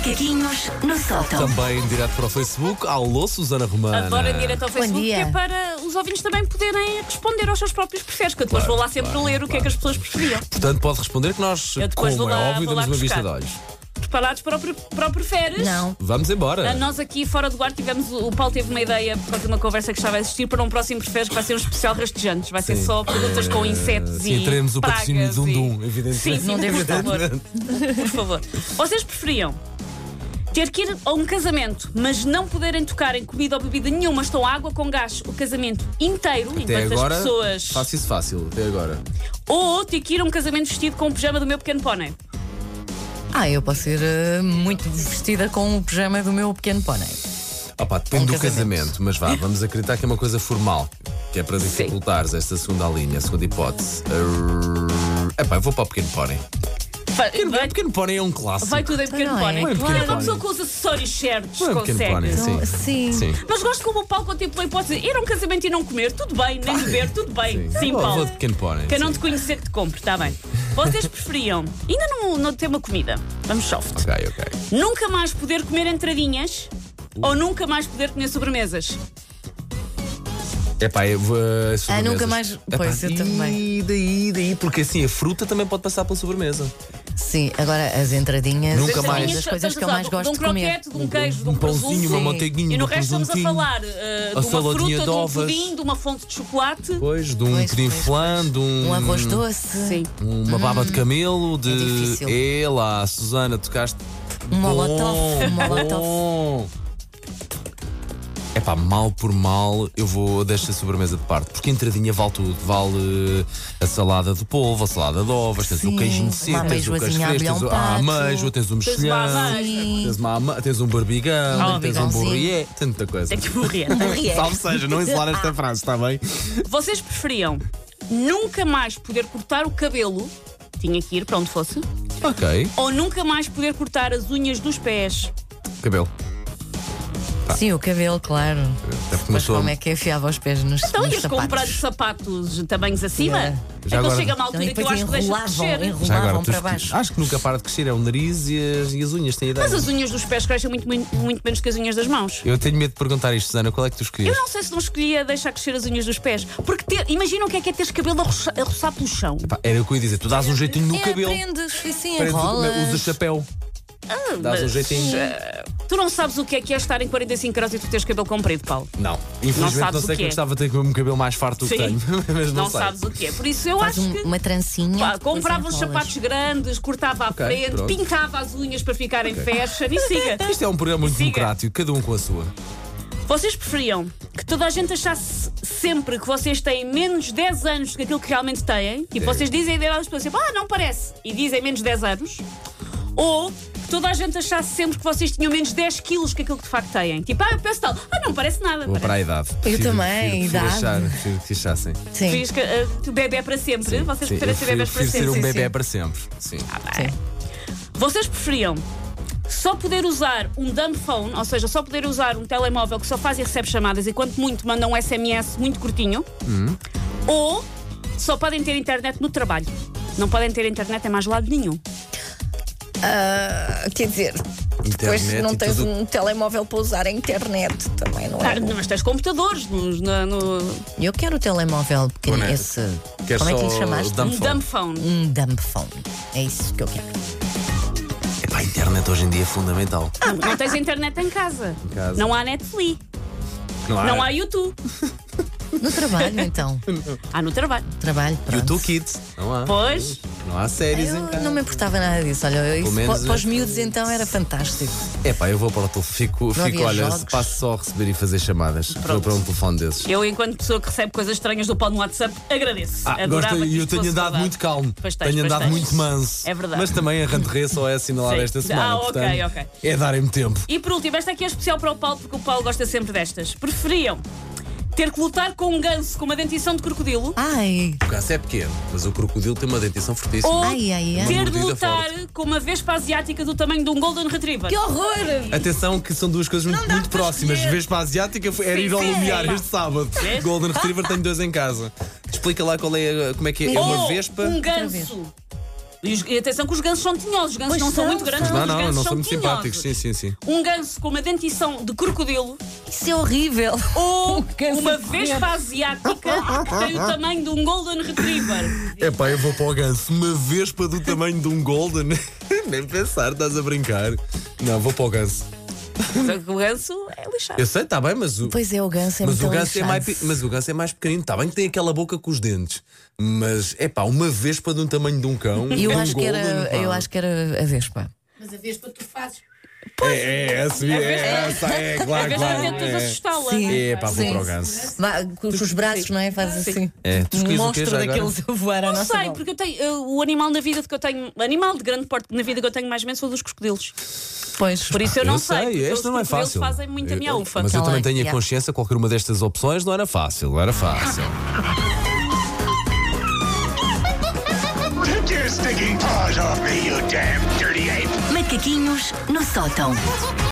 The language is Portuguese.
Macaquinhos no sótão. Também em direto para o Facebook. Alô, Susana Romana. Adoro em direto ao Facebook, que dia. é para os ouvintes também poderem responder aos seus próprios preferes, que eu depois Claro, vou lá sempre claro, ler o que é que as pessoas preferiam. Portanto, pode responder que nós, Eu depois como vou lá- é óbvio, vou lá damos uma vista buscar. de olhos. Preparados para o preferes? Não. Vamos embora. Nós aqui fora do ar tivemos. O Paulo teve uma ideia por causa de uma conversa que estava a existir para um próximo preferes que vai ser um especial rastejantes. Vai ser Sim. só perguntas com insetos Sim, e teremos o pragas patrocínio de e... evidentemente. Sim, Não deve por favor. Por favor. Vocês preferiam ter que ir a um casamento, mas não poderem tocar em comida ou bebida nenhuma, estão água com gás o casamento inteiro, Até enquanto agora, as pessoas. faço isso fácil, até agora. Ou ter que ir a um casamento vestido com o pijama do meu pequeno pônei. Eu posso ir muito vestida com o pijama do meu pequeno pônei. Opa, depende do casamento. casamento, mas vá, vamos acreditar que é uma coisa formal, que é para dificultares esta segunda linha, a segunda hipótese. Eu vou para o pequeno pônei. Vai, Pequeno pônei é um clássico. vai tudo em pequeno Não é? pônei. Não é pequeno Uma pônei. pessoa com os acessórios certos Não é pequeno consegue. pônei, sim. Sim. Sim. Mas gosto como o Paulo contemplou a hipótese de ir a um casamento e não comer, tudo bem, nem beber, tudo bem. Sim, Vou Paulo. de pequeno pônei. Quem não sim. te conhecer que te compre, está bem. Vocês preferiam, ainda no tema comida, vamos soft, Ok. nunca mais poder comer entradinhas ou nunca mais poder comer sobremesas? Eu vou. Sobremesas. nunca mais- pois, eu também. Daí, porque assim a fruta também pode passar pela sobremesa. Sim, agora as entradinhas Nunca são mais. das coisas que eu mais gosto de um de comer. croquete, de um queijo, de Um um pãozinho, presunto. uma Sim. manteiguinha, E no um resto estamos a presuntinho. falar de uma saladinha fruta, de de um ovas. pudim, de uma fonte de chocolate. Depois de um Pois, pudim pois, flan, de um arroz doce. Sim. Uma baba de camelo, de. difícil. Lá, Susana, tocaste. Um molotov. Bom, Um molotov. bom. Mal por mal, eu vou deixar a sobremesa de parte, porque a entradinha vale tudo. Vale a salada de polvo, a salada de ovas, tens o Sim, queijinho uma seco, tens o queijo ameijoazinha a fresco, tens a abelhão ameijoa, tens o Tens uma mexilhão, ameijoa. tens um barbigão, tens um barbigãozinho. burrié, tem muita coisa. É que morrer. Salve seja, não encelar esta frase, está bem? Vocês preferiam nunca mais poder cortar o cabelo, tinha que ir para onde fosse, Ok, ou nunca mais poder cortar as unhas dos pés? cabelo. Sim, o cabelo, claro. Até porque uma Mas pessoa- como é que enfiava os pés nos, Então nos ias sapatos? comprar sapatos de tamanhos acima? Yeah. Já É que agora- chega uma Então, altura e que eu depois acho que deixa de crescer. enrolavam tu para baixo. acho que nunca para de crescer, é o nariz e as unhas, tem ideia. Mas as unhas dos pés crescem muito menos que as unhas das mãos. Eu tenho medo de perguntar isto, Susana, qual é que tu Eu escolhias? não sei se não escolhia deixar crescer as unhas dos pés. Porque imagina o que é teres cabelo a roçar pelo chão. Era o que eu ia dizer, tu dás um jeitinho no cabelo. Prendes, e sim, Parece que enrolas. usa chapéu. Dás um jeitinho. Tu não sabes o que é estar em 45 graus e tu teres cabelo comprido, Paulo. Não, infelizmente sabes não o sei que que eu é. gostava de ter um cabelo mais farto do que Sim. tenho. Mas não, Não sei. sabes o que é. Por isso eu Faz acho que. uma trancinha. Pá, depois comprava uns enrolas. sapatos grandes, cortava à Ok, frente, pronto. pintava as unhas para ficarem fashion e siga. Isto é um programa muito Siga. democrático, cada um com a sua. Vocês preferiam que toda a gente achasse sempre que vocês têm menos 10 anos do que aquilo que realmente têm? Tipo, vocês dizem a ideia das pessoas sempre, não parece, e dizem menos 10 anos? Ou que toda a gente achasse sempre que vocês tinham menos 10 quilos que aquilo que de facto têm? Tipo, eu penso tal, não parece nada. Vou para a idade. Prefiro- também, prefiro idade. achar, prefiro que achassem. Sim. Fiz que bebê para sempre. Vocês Sim, preferem eu ser bebés para prefiro ser sempre? um bebê sim. para sempre. Sim. Bem. Vocês preferiam só poder usar um dumb phone, ou seja, só poder usar um telemóvel que só faz e recebe chamadas e quanto muito manda um SMS muito curtinho, ou só podem ter internet no trabalho? Não podem ter internet em mais lado nenhum. Quer dizer, depois Internet não e tens tudo. um telemóvel para usar a internet, também não é? Mas tens computadores no Eu quero o telemóvel pequeno, Boné. esse. Queres Como é que só lhe chamaste? o dumb um dumb phone. Um dumb phone. É isso que eu quero. A internet hoje em dia é fundamental. Não tens internet em casa. Em casa. Não há Netflix. Não há, Não há YouTube. No trabalho, então. Há no trabalho. Trabalho, pronto. YouTube Kids. Não há. Pois. Não há séries em Eu casa. não me importava nada disso. Olha, isso menos para os na- miúdos então era fantástico. Eu vou para o telefone. Fico havia olha, jogos. passo só a receber e fazer chamadas. Vou para um telefone desses. Eu, enquanto pessoa que recebe coisas estranhas do Paulo no WhatsApp, agradeço. Gosto, Adorava que e eu isto tenho fosse andado verdade. muito calmo. Pois tens, Tenho pois andado tens. muito manso. É verdade. Mas também a ranterrê só é assinalada Sim. esta semana. Ok, portanto, ok. É darem-me tempo. E por último, esta aqui é especial para o Paulo, porque o Paulo gosta sempre destas. Preferiam ter que lutar com um ganso com uma dentição de crocodilo Ai, O caso é pequeno, mas o crocodilo tem uma dentição fortíssima. ou ai, ai, ai. ter de mordida lutar com uma vespa asiática do tamanho de um Golden Retriever? Que horror! Atenção que são duas coisas muito, dá muito para próximas. escolher. Vespa asiática era Sim, ir ao sim, Lumiar sim. este sábado. Vês? Golden Retriever tenho 2 em casa. Explica lá qual é, como é que é. É uma Ou vespa. um Outra vez. ganso E atenção que os gansos são tinhosos. Os gansos Pois não são são, muito grandes, são. mas Não, os gansos não são são muito tinhosos. simpáticos. Sim. Um ganso com uma dentição de crocodilo Isso é horrível. ou ganso uma a correr. vespa asiática que tem o tamanho de um Golden Retriever. Epá, eu vou para o ganso. Uma vespa do tamanho de um golden. Nem pensar, estás a brincar. Não, vou para o ganso. O ganso é lixado. Eu sei, está bem, mas o. Pois é, o ganso é Mas muito o, ganso é lixado. mais, mas o ganso é mais pequenino, está bem que tem aquela boca com os dentes. Mas é pá, uma vespa de um tamanho de um cão. Eu um acho que golden, era, pá. eu acho que era a Vespa. Mas a Vespa tu fazes. Claro, Às vezes tentas assustá-la. Sim. É pá, vou Sim. para o ganso. Com os braços, não é? Faz assim. É, tu escolhes o quê monstro já agora? daqueles a voar à Não nossa sei, volta. porque eu tenho o animal na vida que eu tenho, animal de grande porte na vida que eu tenho mais menos são dos crocodilos. Pois. Por isso eu não sei, porque esta os não é crocodilos fácil. fazem muito a minha ufa. Mas eu Tá também bem, tenho a yeah. consciência, qualquer uma destas opções não era fácil, não era fácil. Take your stinking paws off me, you damn dirty ape! Macaquinhos no sótão.